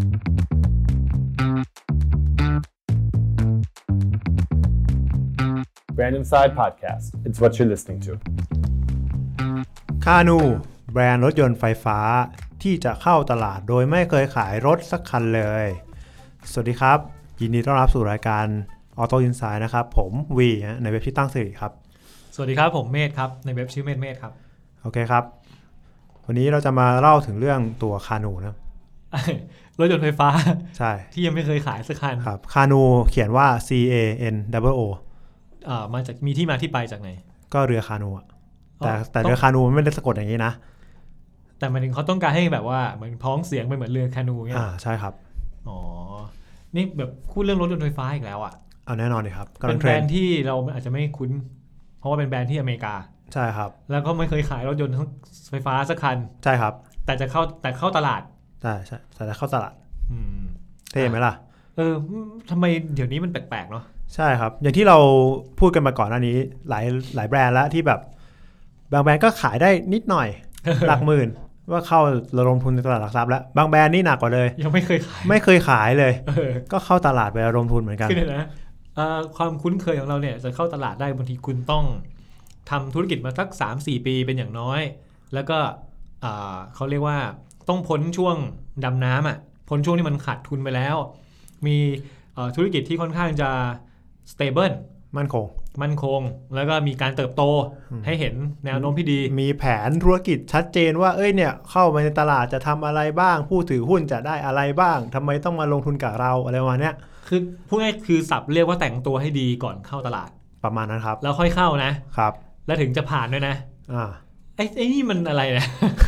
Random Side Podcast. It's what you're listening to. คานูแบรนด์รถยนต์ไฟฟ้าที่จะเข้าตลาดโดยไม่เคยขายรถสักคันเลยสวัสดีครับยินดีต้อนรับสู่รายการ Auto Insight นะครับผมวีในเว็บที่ตั้งสิริครับสวัสดีครับผมเมธครับในเว็บชื่อเมธครับโอเคครับวันนี้เราจะมาเล่าถึงเรื่องตัวคานูนะรถยนต์ไฟฟ้าใช่ที่ยังไม่เคยขายสักคันครับคานูเขียนว่า CANO มาจากมีที่มาที่ไปจากไหนก็เรือคานูแต่เรือคานูมันไม่ได้สะกดอย่างนี้นะแต่หมายถึงเขาต้องการให้แบบว่าเหมือนพ้องเสียงไปเหมือนเรือคานูเงี้ยใช่ครับอ๋อนี่แบบพูดเรื่องรถยนต์ไฟฟ้าอีกแล้วอ่ะแน่นอนเลยครับเป็นแบรนด์ที่เราอาจจะไม่คุ้นเพราะว่าเป็นแบรนด์ที่อเมริกาใช่ครับแล้วก็ไม่เคยขายรถยนต์ไฟฟ้าสักคันใช่ครับแต่เข้าตลาดใช่แต่จะเข้าตลาดเท่ไหมล่ะทำไมเดี๋ยวนี้มันแปลกๆเนาะใช่ครับอย่างที่เราพูดกันมาก่อนหน้านี้หลายแบรนด์แล้วที่แบบบางแบรนด์ก็ขายได้นิดหน่อย หลักหมื่นว่าเข้าระดมทุนในตลาดหลักทรัพย์แล้วบางแบรนด์นี่หนักกว่าเลยยังไม่เคยขายเลยก็เข้าตลาดไประดมทุนเหมือนกันคือนะความคุ้นเคยของเราเนี่ยจะเข้าตลาดได้บางทีคุณต้องทำธุรกิจมาสัก 3-4 ปีเป็นอย่างน้อยแล้วก็เขาเรียกว่าต้องพ้นช่วงดำน้ำอ่ะพ้นช่วงที่มันขาดทุนไปแล้วมีธุรกิจที่ค่อนข้างจะ stable มั่นคงแล้วก็มีการเติบโตให้เห็นแนวโน้มที่ดีมีแผนธุรกิจชัดเจนว่าเนี่ยเข้ามาในตลาดจะทำอะไรบ้างผู้ถือหุ้นจะได้อะไรบ้างทำไมต้องมาลงทุนกับเราอะไรประมาณนี้คือพูดง่ายคือศัพท์เรียกว่าแต่งตัวให้ดีก่อนเข้าตลาดประมาณนั้นครับแล้วค่อยเข้านะครับแล้วถึงจะผ่านด้วยนะไอ้นี่มันอะไรเนี่ย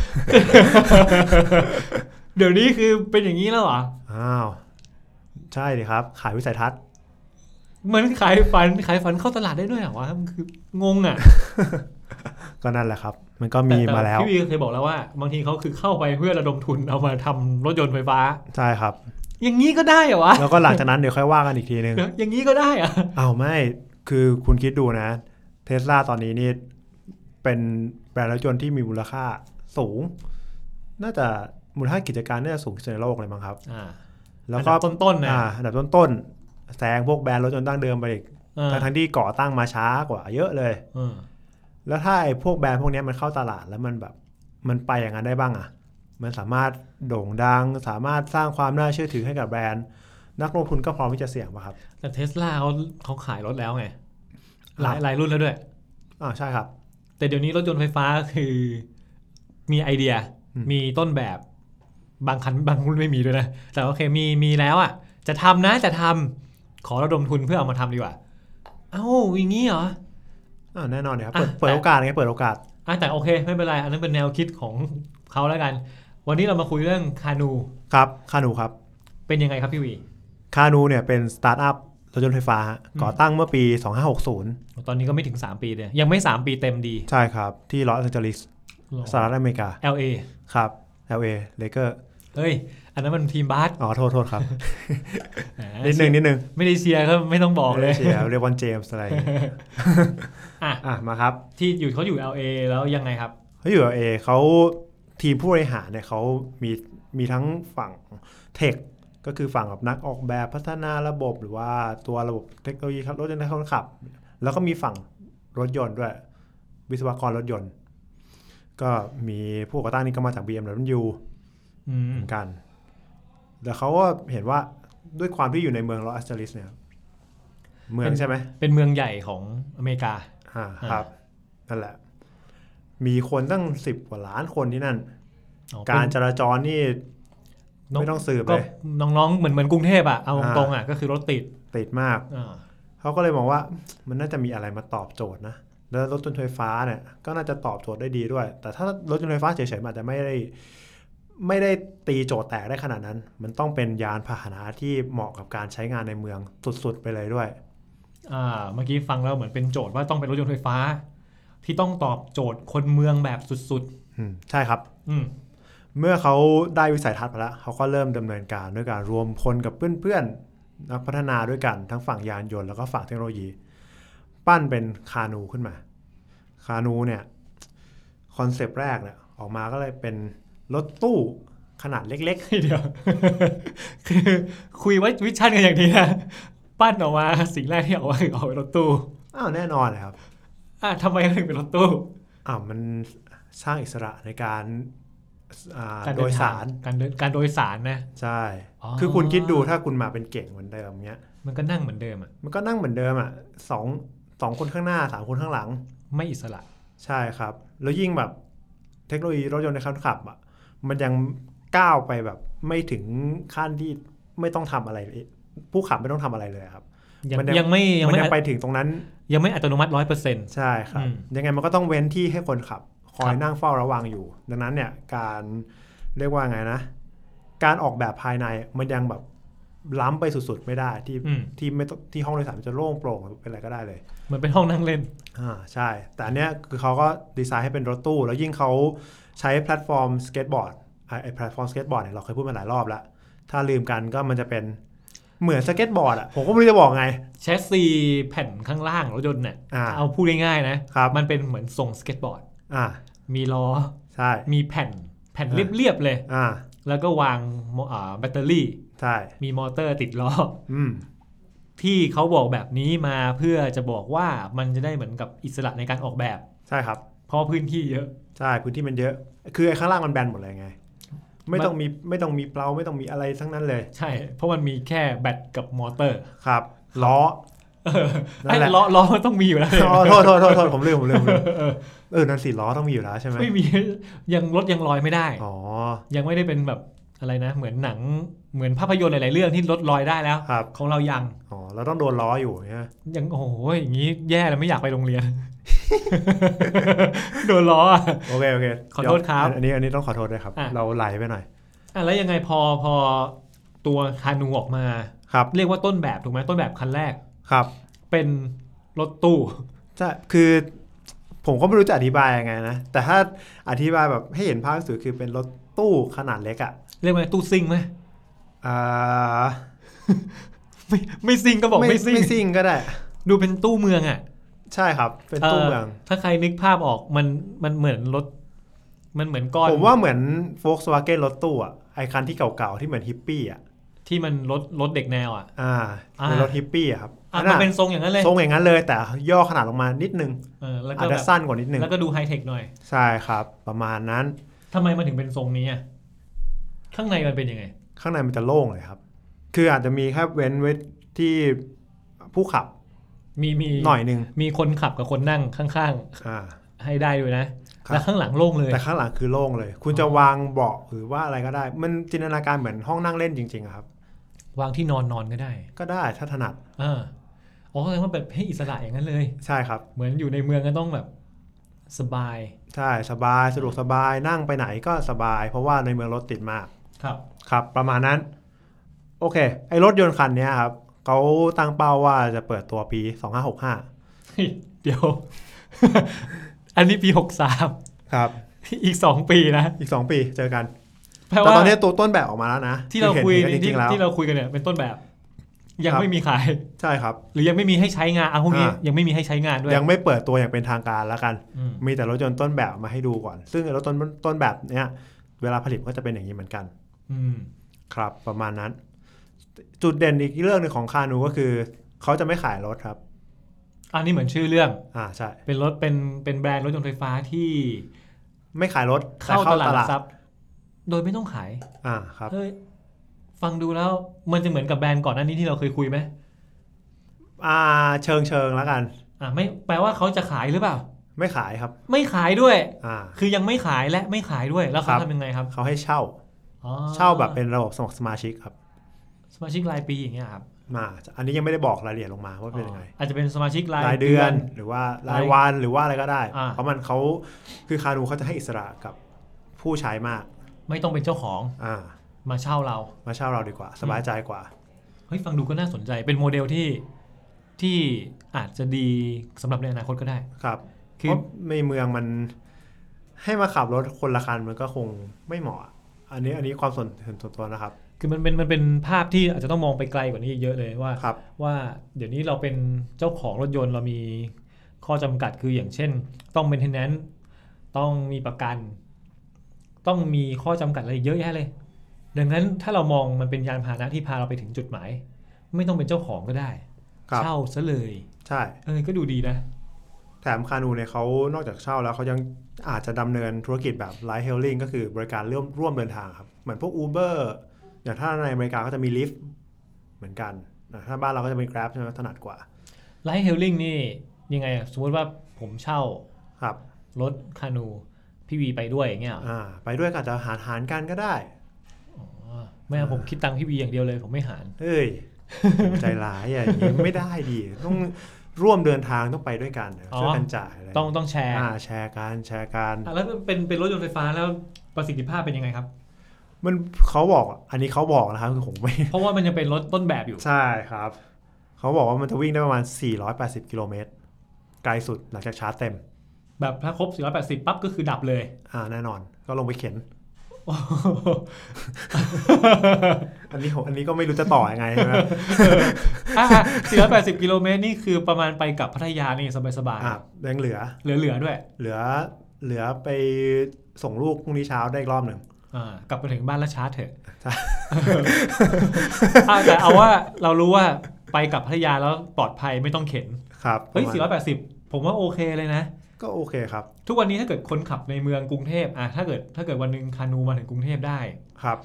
เดี๋ยวนี้คือเป็นอย่างนี้แล้วเหรอใช่ดิครับขายวิสัยทัศน์เหมือนขายฝันเข้าตลาดได้ด้วยเหรอวะมันคืองงอ่ะก็นั่นแหละครับมันก็มีมาแล้วพี่วีเคยบอกแล้วว่าบางทีเขาคือเข้าไปเพื่อระดมทุนเอามาทำรถยนต์ไฟฟ้าใช่ครับอย่างนี้ก็ได้เหรอวะแล้วก็หลังจากนั้นเดี๋ยวค่อยว่ากันอีกทีนึงอย่างนี้ก็ได้อะไม่คือคุณคิดดูนะ Tesla ตอนนี้นี่เป็นแบรนด์รถยนต์ที่มีมูลค่าสูงน่าจะมูลค่ากิจการน่าจะสูงที่สุดในโลกเลยมั้งครับแล้วก็ต้นๆนะอันดับต้นแซงพวกแบรนด์รถยนต์ดั้งเดิมไปอีกทั้งที่ก่อตั้งมาช้ากว่าเยอะเลยแล้วถ้าไอ้พวกแบรนด์พวกนี้มันเข้าตลาดแล้วมันแบบมันไปอย่างนั้นได้บ้างมันสามารถโด่งดังสามารถสร้างความน่าเชื่อถือให้กับแบรนด์นักลงทุนก็พร้อมที่จะเสี่ยงป่ะครับแต่ Tesla เขาขายรถแล้วไงหลายรุ่นแล้วด้วยใช่ครับแต่เดี๋ยวนี้รถยนต์ไฟฟ้าคือมีไอเดียมีต้นแบบบางคันบางรุ่นไม่มีด้วยนะแต่โอเคมีแล้วจะทำขอระดมทุนเพื่อเอามาทำดีกว่าอย่างนี้เหรอแน่นอนครับเปิดโอกาสไงเปิดโอกาสแต่โอเคไม่เป็นไรอันนั้นเป็นแนวคิดของเขาแล้วกันวันนี้เรามาคุยเรื่องคานูครับคานูครับเป็นยังไงครับพี่วีคานูเนี่ยเป็นสตาร์ทอัพรถยนต์ไฟฟ้าก่อตั้งเมื่อปี2560 ตอนนี้ก็ไม่ถึง3ปีเลยยังไม่3ปีเต็มดีใช่ครับที่ลอสแองเจลิสสหรัฐอเมริกา LA ครับ LA Lakers เฮ้ยอันนั้นมันทีมบาสโทษครับ นิดนึงไม่ได้เชียร์ก็ไม่ต้องบอกเลยเชียร์เรียกวันเจมส์อะไรมาครับที่เขาอยู่ LA แล้วยังไงครับเขาอยู่ LA เขาทีมผู้บริหารเนี่ยเขามีทั้งฝั่งเทคก็คือฝั่งกับนักออกแบบพัฒนาระบบหรือว่าตัวระบบเทคโนโลยีรถยนต์คนขับแล้วก็มีฝั่งรถยนต์ด้วยวิศวกรรถยนต์ก็มีผู้ก่อตั้งนี่ก็มาจาก BMW เหมือนกันแต่เขาก็เห็นว่าด้วยความที่อยู่ในเมืองลอสแองเจลิสเนี่ยเมืองใช่ไหมเป็นเมืองใหญ่ของอเมริกาครับนั่นแหละมีคนตั้ง10 กว่าล้านคนที่นั่นการจราจรนี่ไม่ต้องสืบเลยน้องๆเหมือนกรุงเทพเอาตรงก็คือรถติดมากเขาก็เลยมองว่ามันน่าจะมีอะไรมาตอบโจทย์นะแล้วรถยนต์ไฟฟ้าเนี่ยก็น่าจะตอบโจทย์ได้ดีด้วยแต่ถ้ารถยนต์ไฟฟ้าเฉยๆอาจจะไม่ได้ตีโจทย์แตกได้ขนาดนั้นมันต้องเป็นยานพาหนะที่เหมาะกับการใช้งานในเมืองสุดๆไปเลยด้วยเมื่อกี้ฟังแล้วเหมือนเป็นโจทย์ว่าต้องเป็นรถยนต์ไฟฟ้าที่ต้องตอบโจทย์คนเมืองแบบสุดๆใช่ครับเมื่อเขาได้วิสัยทัศน์ไปแล้วเขาก็เริ่มดำเนินการด้วยการรวมพลกับเพื่อนๆนักพัฒนาด้วยกันทั้งฝั่งยานยนต์แล้วก็ฝั่งเทคโนโลยีปั้นเป็นคานูขึ้นมาคานูเนี่ยคอนเซปต์แรกเนี่ยออกมาก็เลยเป็นรถตู้ขนาดเล็กเดี๋ยว คือคุยว่าวิชั่นกันอย่างนี้นะปั้นออกมาสิ่งแรกที่ออกมาคือเอารถตู้ๆอ้าวแน่นอนเลยครับทำไมถึงเป็นรถตู้มันสร้างอิสระในการโดยสารการโดยสารนะใช่คือคุณคิดดูถ้าคุณมาเป็นเก่งเหมือนเดิมเนี้ยมันก็นั่งเหมือนเดิมมันก็นั่งเหมือนเดิมสองคนข้างหน้า3คนข้างหลังไม่อิสระใช่ครับแล้วยิ่งแบบเทคโนโลยีรถยนต์ในการขับมันยังก้าวไปแบบไม่ถึงขั้นที่ไม่ต้องทำอะไรผู้ขับไม่ต้องทำอะไรเลยครับมันยังไม่ไปถึงตรงนั้นยังไม่อัตโนมัติ 100% ใช่ครับยังไงมันก็ต้องเว้นที่ให้คนขับคอยนั่งเฝ้าระวังอยู่ดังนั้นเนี่ยการเรียกว่าไงนะการออกแบบภายในมันยังแบบล้ำไปสุดๆไม่ได้ที่ไม่ที่ห้องโดยสารจะโล่งโปร่งเป็นอะไรก็ได้เลยเหมือนเป็นห้องนั่งเล่นใช่แต่อันเนี้ยคือเขาก็ดีไซน์ให้เป็นรถตู้แล้วยิ่งเขาใช้แพลตฟอร์มสเก็ตบอร์ดไอ้แพลตฟอร์มสเก็ตบอร์ดเนี่ยเราเคยพูดมาหลายรอบแล้วถ้าลืมกันก็มันจะเป็นเหมือนสเก็ตบอร์ดผมก็ไม่รู้จะบอกไงแชสซีแผ่นข้างล่างรถยนต์เนี่ยเอาพูดง่ายๆนะมันเป็นเหมือนทรงสเก็ตบอร์ดมีล้อใช่มีแผ่นเรียบๆเลยแล้วก็วางแบตเตอรี่ใช่มีมอเตอร์ติดล้อที่เขาบอกแบบนี้มาเพื่อจะบอกว่ามันจะได้เหมือนกับอิสระในการออกแบบใช่ครับเพราะพื้นที่เยอะใช่พื้นที่มันเยอะคือไอ้ข้างล่างมันแบนหมดเลยไงไม่ต้องมีเปลาไม่ต้องมีอะไรทั้งนั้นเลยใช่เพราะมันมีแค่แบตกับมอเตอร์ครับล้อไอ้ล้อมันต้องมีอยู่แล้วโทษผมลืมนั่นสิล้อต้องมีอยู่แล้วใช่ไหมไม่มีรถยังลอยไม่ได้ยังไม่ได้เป็นแบบอะไรนะเหมือนหนังเหมือนภาพยนตร์หลายๆเรื่องที่รถลอยได้แล้วของเรายังเราต้องโดนล้ออยู่เนี่ยยังโอ้โหอย่างนี้แย่แล้วไม่อยากไปโรงเรียนโดนล้อโอเคขอโทษครับอันนี้ต้องขอโทษด้วยครับเราไหลไปหน่อยแล้วยังไงพอตัวคานูออกมาเรียกว่าต้นแบบถูกไหมต้นแบบคันแรกครับเป็นรถตู้ใช่คือผมก็ไม่รู้จะอธิบายยังไงนะแต่ถ้าอธิบายแบบให้เห็นภาพสื่อคือเป็นรถตู้ขนาดเล็กเรียกว่าตู้ซิ่งไหมไม่ซิ่งก็บอกไม่ซิ่งก็ได้ดูเป็นตู้เมืองใช่ครับเป็นตู้เมืองถ้าใครนึกภาพออกมันเหมือนรถมันเหมือนก้อนผมว่าเหมือน Volkswagen รถตู้ไอคันที่เก่าๆที่เหมือนฮิปปี้ที่มันรถเด็กแนวเป็นรถฮิปปี้ครับมันเป็นทรงอย่างนั้นเลยทรงอย่างนั้นเลยแต่ย่อขนาดลงมานิดนึงอาจจะสั้นกว่านิดนึงแล้วก็ดูไฮเทคหน่อยใช่ครับประมาณนั้นทำไมมันถึงเป็นทรงนี้ข้างในมันเป็นยังไงข้างในมันจะโล่งเลยครับคืออาจจะมีแค่เว้นไว้ที่ผู้ขับมีหน่อยนึงมีคนขับกับคนนั่งข้างๆให้ได้ด้วยนะแล้วข้างหลังโล่งเลยแต่ข้างหลังคือโล่งเลยคุณจะวางเบาะหรือว่าอะไรก็ได้มันจินตนาการเหมือนห้องนั่งเล่นจริงๆครับวางที่นอนก็ได้ถ้าถนัดแสดงว่าแบบให้อิสระอย่างนั้นเลยใช่ครับเหมือนอยู่ในเมืองก็ต้องแบบสบายใช่สบายสะดวกสบายนั่งไปไหนก็สบายเพราะว่าในเมืองรถติดมากครับประมาณนั้นโอเคไอ้รถยนต์คันนี้ครับเขาตั้งเป้าว่าจะเปิดตัวปี2565 เดี๋ยว อันนี้ปี63 ครับอีก2ปีนะอีก2ปีเจอกันแต่ตอนนี้ตัวต้นแบบออกมาแล้วนะที่เราคุยที่เราคุยกันเนี่ยเป็นต้นแบบยังไม่มีขายใช่ครับหรือยังไม่มีให้ใช้งานพวกนี้ยังไม่มีให้ใช้งานด้วยยังไม่เปิดตัวอย่างเป็นทางการแล้วกันมีแต่รถยนต์ต้นแบบมาให้ดูก่อนซึ่งรถต้นแบบเนี้ยเวลาผลิตก็จะเป็นอย่างนี้เหมือนกันครับประมาณนั้นจุดเด่นอีกเรื่องนึงของคานูก็คือเขาจะไม่ขายรถครับอันนี้เหมือนชื่อเรื่องใช่เป็นรถเป็นแบรนด์รถยนต์ไฟฟ้าที่ไม่ขายรถเข้าตลาดหลักทรัพย์โดยไม่ต้องขายครับเฮ้ยฟังดูแล้วมันจะเหมือนกับแบรนด์ก่อนหน้านี้ที่เราเคยคุยไหมเชิงแล้วกันไม่แปลว่าเขาจะขายหรือเปล่าไม่ขายครับไม่ขายด้วยคือยังไม่ขายและไม่ขายด้วยแล้วเขาทำยังไงครับเขาให้เช่าแบบเป็นระบบสมัครสมาชิกครับสมาชิกรายปีอย่างเงี้ยครับอันนี้ยังไม่ได้บอกรายละเอียดลงมาว่าเป็นยังไงอาจจะเป็นสมาชิกรายเดือนหรือว่ารายวันหรือว่าอะไรก็ได้เพราะมันเขาคือคานูเขาจะให้อิสระกับผู้ใช้มากไม่ต้องเป็นเจ้าของมาเช่าเราดีกว่าสบายใจกว่าเฮ้ยฟังดูก็น่าสนใจเป็นโมเดลที่อาจจะดีสำหรับในอนาคตก็ได้ครับเพราะในเมืองมันให้มาขับรถคนละคันมันก็คงไม่เหมาะอันนี้ความส่วนตัวนะครับคือมันเป็นภาพที่อาจจะต้องมองไปไกลกว่านี้เยอะเลยว่าเดี๋ยวนี้เราเป็นเจ้าของรถยนต์เรามีข้อจำกัดคืออย่างเช่นต้อง maintenance ต้องมีประกันต้องมีข้อจำกัดอะไรเยอะแยะเลยดังนั้นถ้าเรามองมันเป็นยานพาหนะที่พาเราไปถึงจุดหมายไม่ต้องเป็นเจ้าของก็ได้เช่าซะเลยใช่ก็ดูดีนะแถมคานูเนี่ยเขานอกจากเช่าแล้วเขายังอาจจะดำเนินธุรกิจแบบ ride hailing ก็คือบริการร่วมเดินทางครับเหมือนพวก Uber อย่างถ้าในอเมริกาก็จะมี Lyft เหมือนกันถ้าบ้านเราก็จะเป็น Grab ใช่ไหมถนัดกว่า ride hailing นี่ยังไงสมมติว่าผมเช่าครับรถคานูพี่วีไปด้วยอย่างเงี้ยไปด้วยก็อาจจะหารกันก็ได้ไม่ผมคิดตังค์พี่วีอย่างเดียวเลยผมไม่หารเฮ้ยใจร้ายอย่างนี้ไม่ได้ดิต้องร่วมเดินทางต้องไปด้วยกันช่วยกันจ่ายอะไรต้องแชร์แชร์กันแล้วเป็นรถยนต์ไฟฟ้าแล้วประสิทธิภาพเป็นยังไงครับมันเขาบอกอันนี้เขาบอกนะครับคือผมไม่เพราะว่ามันยังเป็นรถต้นแบบอยู่ใช่ครับเขาบอกว่ามันจะวิ่งได้ประมาณ480กิโลเมตรไกลสุดหลังจากชาร์จเต็มแบบถ้าครบ480ปั๊บก็คือดับเลยแน่นอนก็ลงไปเข็นอันนี้ก็ไม่รู้จะต่อยังไงใช่ไหม 480กิโลเมตรนี่คือประมาณไปกับพัทยานี่สบายๆยังเหลือด้วยเหลือไปส่งลูกพรุ่งนี้เช้าได้อีกรอบหนึ่งกลับไปถึงบ้านแล้วชาร์จเถอะแต่เอาว่าเรารู้ว่าไปกับพัทยาแล้วปลอดภัยไม่ต้องเข็นครับเฮ้ย480ผมว่าโอเคเลยนะก็โอเคครับทุกวันนี้ถ้าเกิดคนขับในเมืองกรุงเทพถ้าเกิดวันนึงคานูมาถึงกรุงเทพได้ครับ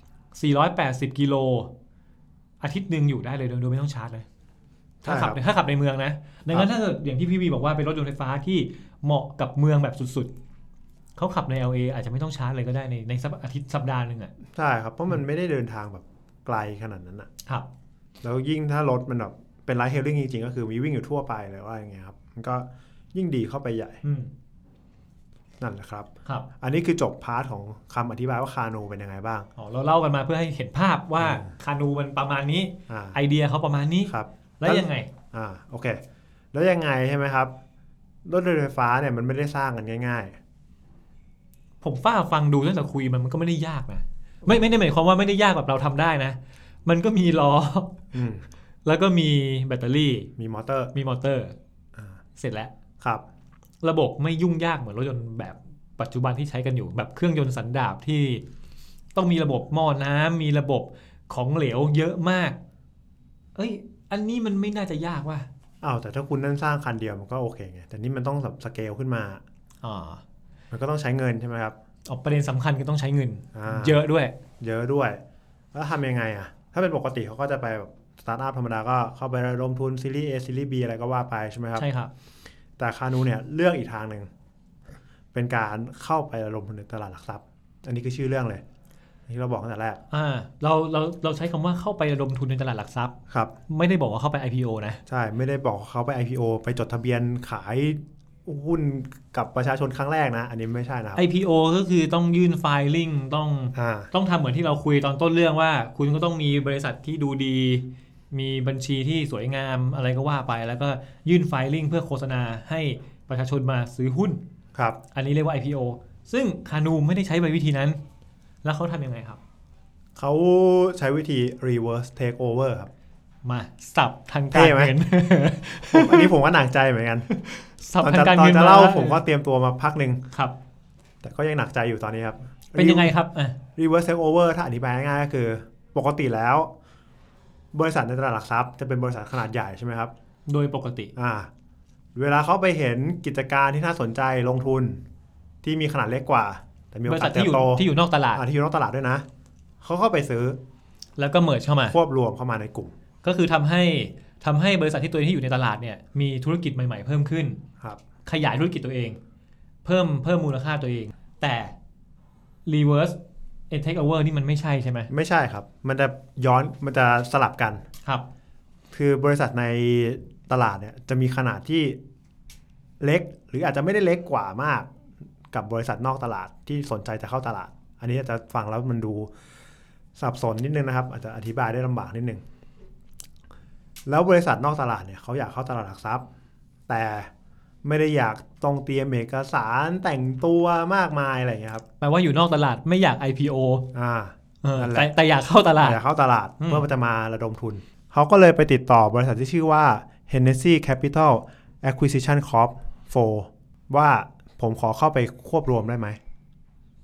480กิโลอาทิตย์นึงอยู่ได้เลยโดยไม่ต้องชาร์จเลยถ้าขับในเมืองนะดังนั้นถ้าเกิดอย่างที่พี่วีบอกว่าเป็นรถยนต์ไฟฟ้าที่เหมาะกับเมืองแบบสุดๆเขาขับใน LA อาจจะไม่ต้องชาร์จเลยก็ได้ในอาทิตย์สัปดาห์นึงใช่ครับเพราะมันไม่ได้เดินทางแบบไกลขนาดนั้นครับแล้วยิ่งถ้ารถมันแบบเป็นไลท์เฮลลิ่งจริงๆก็คือมีวิ่งอยู่ทั่วไปเลยว่าอย่างเงี้ยครับมันก็ยิ่งดีเข้าไปใหญ่นั่นแหละครับอันนี้คือจบพาร์ทของคำอธิบายว่าคานูเป็นยังไงบ้างเราเล่ากันมาเพื่อให้เห็นภาพว่าคานูมันประมาณนี้ไอเดียเขาประมาณนี้แล้วยังไงโอเคแล้วยังไงใช่ไหมครับรถไฟฟ้าเนี่ยมันไม่ได้สร้างกันง่ายๆผมฟังดูตั้งแต่คุยมันก็ไม่ได้ยากนะไม่ได้หมายความว่าไม่ได้ยากแบบเราทำได้นะมันก็มีล้อแล้วก็มีแบตเตอรี่มีมอเตอร์เสร็จแล้วครับระบบไม่ยุ่งยากเหมือนรถยนต์แบบปัจจุบันที่ใช้กันอยู่แบบเครื่องยนต์สันดาปที่ต้องมีระบบหม้อน้ำมีระบบของเหลวเยอะมากอันนี้มันไม่น่าจะยากว่ะแต่ถ้าคุณนั่นสร้างคันเดียวมันก็โอเคไงแต่นี่มันต้องสเกลขึ้นมามันก็ต้องใช้เงินใช่ไหมครับประเด็นสำคัญคือต้องใช้เงินเยอะด้วยแล้วทำยังไงถ้าเป็นปกติเขาก็จะไปแบบสตาร์ทอัพธรรมดาก็เข้าไประดมทุนซีรีส์ A ซีรีส์ B อะไรก็ว่าไปใช่ไหมครับใช่ครับแต่คานูเนี่ยเลือกอีกทางหนึ่งเป็นการเข้าไประดมทุนในตลาดหลักทรัพย์อันนี้คือชื่อเรื่องเลยที่เราบอกตั้งแต่แรกเราใช้คำว่าเข้าไประดมทุนในตลาดหลักทรัพย์ครับไม่ได้บอกว่าเข้าไป IPO นะใช่ไม่ได้บอกเขาไป IPO ไปจดทะเบียนขายหุ้นกับประชาชนครั้งแรกนะอันนี้ไม่ใช่นะครับ IPO ก็คือต้องยื่นไฟลิ่งต้องทำเหมือนที่เราคุยตอนต้นเรื่องว่าคุณก็ต้องมีบริษัทที่ดูดีมีบัญชีที่สวยงามอะไรก็ว่าไปแล้วก็ยื่นไฟลิ่งเพื่อโฆษณาให้ประชาชนมาซื้อหุ้นครับอันนี้เรียกว่า IPO ซึ่งคานูไม่ได้ใช้วิธีนั้นแล้วเขาทำยังไงครับเขาใช้วิธี reverse takeover ครับมาสับทางการเงินอันนี้ผมว่าหนักใจเหมือนกันตอนจะเล่าผมก็เตรียมตัวมาพักนึงครับแต่ก็ยังหนักใจอยู่ตอนนี้ครับเป็นยังไงครับ reverse takeover ถ้าอธิบายง่ายๆก็คือปกติแล้วบริษัทในตลาดหลักทรัพย์จะเป็นบริษัทขนาดใหญ่ใช่ไหมครับโดยปกติเวลาเขาไปเห็นกิจการที่น่าสนใจลงทุนที่มีขนาดเล็กกว่าแต่มีโอกาสเติบโตที่อยู่นอกตลาดที่อยู่นอกตลาดด้วยนะเขาเข้าไปซื้อแล้วก็เมิร์จเข้ามาควบรวมเข้ามาในกลุ่มก็คือทำให้บริษัทที่ตัวเองที่อยู่ในตลาดเนี่ยมีธุรกิจใหม่ๆเพิ่มขึ้นขยายธุรกิจตัวเองเพิ่มมูลค่าตัวเองแต่ reverse takeover นี่มันไม่ใช่ใช่ไหมไม่ใช่ครับมันจะสลับกันครับคือบริษัทในตลาดเนี่ยจะมีขนาดที่เล็กหรืออาจจะไม่ได้เล็กกว่ามากกับบริษัทนอกตลาดที่สนใจจะเข้าตลาดอันนี้จะฟังแล้วมันดูสับสนนิดนึงนะครับอาจจะอธิบายได้ลำบากนิดนึงแล้วบริษัทนอกตลาดเนี่ยเขาอยากเข้าตลาดหลักทรัพย์แต่ไม่ได้อยากต้องเตรียมเอกสารแต่งตัวมากมายอะไรอย่างเงี้ยครับแปลว่าอยู่นอกตลาดไม่อยาก IPO แต่อยากเข้าตลาดเพื่อจะมาระดมทุนเขาก็เลยไปติดต่อบริษัทที่ชื่อว่า Hennessy Capital Acquisition Corp 4ว่าผมขอเข้าไปควบรวมได้ไหม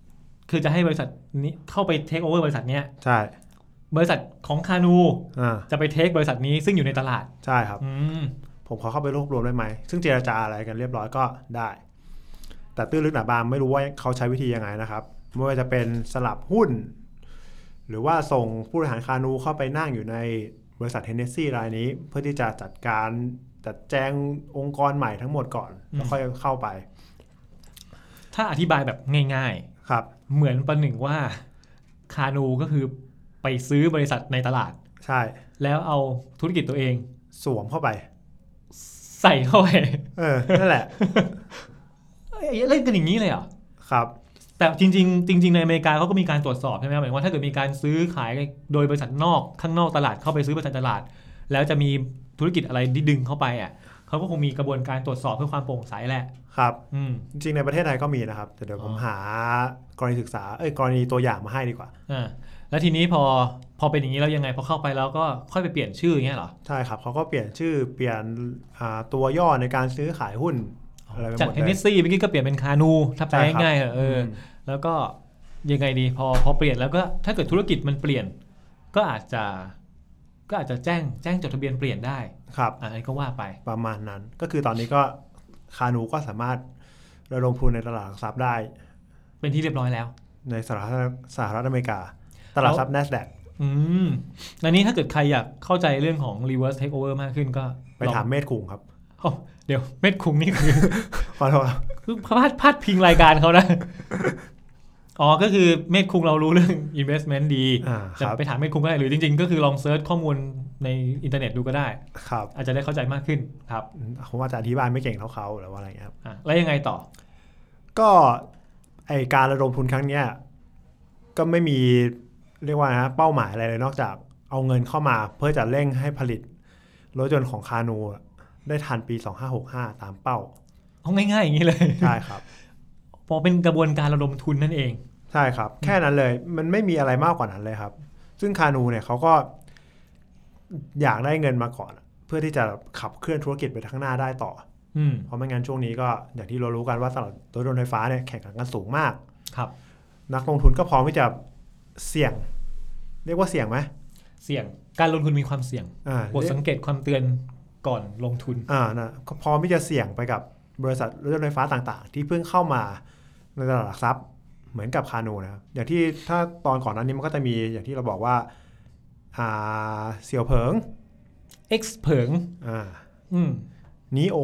คือจะให้บริษัทนี้เข้าไปเทคโอเวอร์บริษัทเนี้ยใช่บริษัทของคานูจะไปเทคบริษัทนี้ซึ่งอยู่ในตลาดใช่ครับผมขอเข้าไปรวบรวมได้ไหมซึ่งเจรจาอะไรกันเรียบร้อยก็ได้แต่ตื้นลึกหนาบางไม่รู้ว่าเขาใช้วิธียังไงนะครับไม่ว่าจะเป็นสลับหุ้นหรือว่าส่งผู้บริหารคานูเข้าไปนั่งอยู่ในบริษัทเฮนเนสซี่รายนี้เพื่อที่จะจัดแจงองค์กรใหม่ทั้งหมดก่อนแล้วค่อยเข้าไปถ้าอธิบายแบบง่ายๆครับเหมือนประหนึ่งว่าคานูก็คือไปซื้อบริษัทในตลาดใช่แล้วเอาธุรกิจตัวเองสวมเข้าไปใส่เข้าไปนั่นแหละเล่นกันอย่างนี้เลยเหรอครับแต่จริงในอเมริกาเขาก็มีการตรวจสอบใช่ไหมหมายว่าถ้าเกิดมีการซื้อขายโดยบริษัทนอกข้างนอกตลาดเข้าไปซื้อบริษัทตลาดแล้วจะมีธุรกิจอะไรที่ดึงเข้าไปอ่ะเขาก็คงมีกระบวนการตรวจสอบเพื่อความโปร่งใสแหละครับจริงๆในประเทศไทยก็มีนะครับแต่เดี๋ยวผมหากรณีศึกษากรณีตัวอย่างมาให้ดีกว่าแล้วทีนี้พอเป็นอย่างนี้แล้วยังไงพอเข้าไปแล้วก็ค่อยไปเปลี่ยนชื่ออย่างเงี้ยเหรอใช่ครับเขาก็เปลี่ยนชื่อเปลี่ยนตัวย่อในการซื้อขายหุ้นจากเฮนเนสซี่เมื่อกี้ก็เปลี่ยนเป็นคานูถ้าแปลง่ายๆแล้วก็ยังไงดีพอเปลี่ยนแล้วก็ถ้าเกิดธุรกิจมันเปลี่ยนก็อาจจะแจ้งจดทะเบียนเปลี่ยนได้ครับอันนี้ก็ว่าไปประมาณนั้นก็คือตอนนี้ก็คานูก็สามารถระดมทุนในตลาดหลักทรัพย์ได้เป็นที่เรียบร้อยแล้วในสหรัฐอเมริกาตลาดทรัพย์ NASDAQ อันนี้ถ้าเกิดใครอยากเข้าใจเรื่องของ reverse takeover มากขึ้นก็ไปถามเมธคุงครับเดี๋ยวเมธคุงนี่คือขอโทษคือพาดพิงรายการเขานะก็คือเมธคุงเรารู้เรื่อง investment ดีจะไปถามเมธคุงก็ได้หรือจริงๆก็คือลองเซิร์ชข้อมูลในอินเทอร์เน็ตดูก็ได้ครับอาจจะได้เข้าใจมากขึ้นครับผมอาจจะอธิบายไม่เก่งเท่าเขาหรือว่าอะไรเงี้ยครับแล้วยังไงต่อก็ไอการระดมทุนครั้งเนี้ยก็ไม่มีเรียกว่านะเป้าหมายอะไรเลยนอกจากเอาเงินเข้ามาเพื่อจะเร่งให้ผลิตรถยนต์ของคานูได้ทันปี2565ตามเป้าเอาง่ายๆอย่างนี้เลยใช่ครับพอเป็นกระบวนการระดมทุนนั่นเองใช่ครับแค่นั้นเลยมันไม่มีอะไรมากกว่านั้นเลยครับซึ่งคานูเนี่ยเขาก็อยากได้เงินมาก่อนเพื่อที่จะขับเคลื่อนธุรกิจไปข้างหน้าได้ต่อเพราะไม่งั้นช่วงนี้ก็อย่างที่เรารู้กันว่าตลาดรถยนต์ไฟฟ้าเนี่ยแข่งขันกันสูงมากครับนักลงทุนก็พร้อมที่จะเสี่ยงเรียกว่าเสี่ยงไหมเสี่ยงการลงทุนมีความเสี่ยงโปรดสังเกตความเตือนก่อนลงทุนนะพร้อมที่จะเสี่ยงไปกับบริษัทรถยนต์ไฟฟ้าต่างๆที่เพิ่งเข้ามาในตลาดหลักทรัพย์เหมือนกับคานูนะครับอย่างที่ถ้าตอนก่อนนั้นนี้มันก็จะมีอย่างที่เราบอกว่าเสี่ยวเผิง X เผิงนีโอ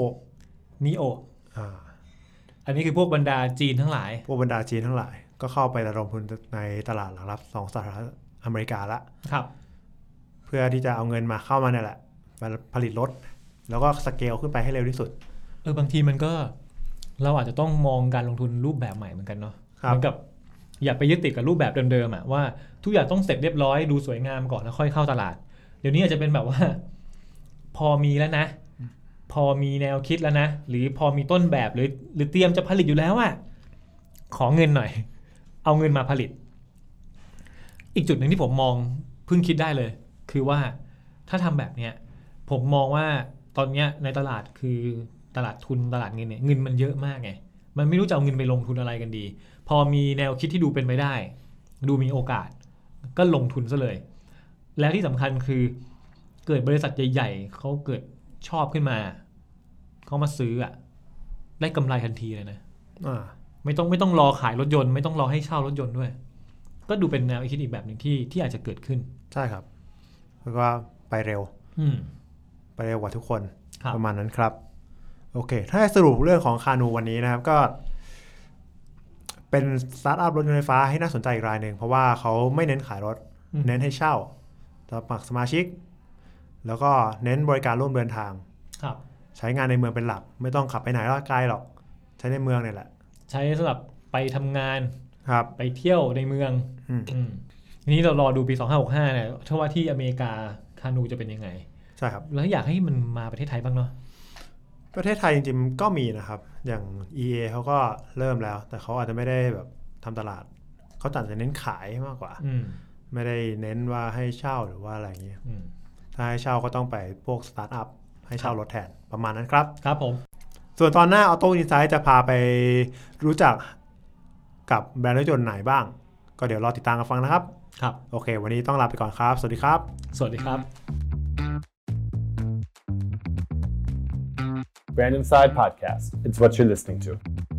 อันนี้คือพวกบรรดาจีนทั้งหลายก็เข้าไประดมทุนในตลาดหลักทรัพย์ของสหรัฐอเมริกาละครับเพื่อที่จะเอาเงินมาเข้ามาเนี่ยแหละมาผลิตรถแล้วก็สเกลขึ้นไปให้เร็วที่สุดบางทีมันก็เราอาจจะต้องมองการลงทุนรูปแบบใหม่เหมือนกันเนาะเหมือนกับอย่าไปยึดติดกับรูปแบบเดิมๆว่าทุกอย่างต้องเสร็จเรียบร้อยดูสวยงามก่อนแล้วค่อยเข้าตลาดเดี๋ยวนี้อาจจะเป็นแบบว่าพอมีแล้วนะพอมีแนวคิดแล้วนะหรือพอมีต้นแบบหรือเตรียมจะผลิตอยู่แล้วขอเงินหน่อยเอาเงินมาผลิตอีกจุดหนึ่งที่ผมมองเพิ่งคิดได้เลยคือว่าถ้าทำแบบเนี้ยผมมองว่าตอนนี้ในตลาดคือตลาดทุนตลาดเงินเนี่ยเงินมันเยอะมากไงมันไม่รู้จะเอาเงินไปลงทุนอะไรกันดีพอมีแนวคิดที่ดูเป็นไปได้ดูมีโอกาสก็ลงทุนซะเลยแล้วที่สำคัญคือเกิดบริษัทใหญ่ๆเขาเกิดชอบขึ้นมาเขามาซื้อได้กำไรทันทีเลยนะไม่ต้องรอขายรถยนต์ไม่ต้องรอให้เช่ารถยนต์ด้วยก็ดูเป็นแนวคิดอีกแบบหนึ่งที่อาจจะเกิดขึ้นใช่ครับแล้วก็ไปเร็วกว่าทุกคนประมาณนั้นครับโอเคถ้าสรุปเรื่องของคานูวันนี้นะครับก็เป็นสตาร์ทอัพรถยนต์ไฟฟ้าให้น่าสนใจอีกรายหนึ่งเพราะว่าเขาไม่เน้นขายรถเน้นให้เช่าสมัครสมาชิกแล้วก็เน้นบริการร่วมเดินทางใช้งานในเมืองเป็นหลักไม่ต้องขับไปไหนไกลหรอกใช้ในเมืองนี่แหละใช้สำหรับไปทำงานครับไปเที่ยวในเมืองทีนี้เรารอดูปี2565เนี่ยถ้าว่าที่อเมริกาคานูจะเป็นยังไงใช่ครับแล้วอยากให้มันมาประเทศไทยบ้างเนาะประเทศไทยจริงๆก็มีนะครับอย่าง EA เขาก็เริ่มแล้วแต่เขาอาจจะไม่ได้แบบทำตลาดเขาตัดจะเน้นขายมากกว่าไม่ได้เน้นว่าให้เช่าหรือว่าอะไรอย่างเงี้ยถ้าให้เช่าก็ต้องไปพวกสตาร์ทอัพให้เช่ารถแทนประมาณนั้นครับครับผมส่วนตอนหน้า Auto Insight จะพาไปรู้จักกับแบรนด์รถยนต์ไหนบ้างก็เดี๋ยวรอติดตามกันฟังนะครับครับโอเควันนี้ต้องลาไปก่อนครับสวัสดีครับสวัสดีครับ Brand Inside Podcast. It's what you're listening to.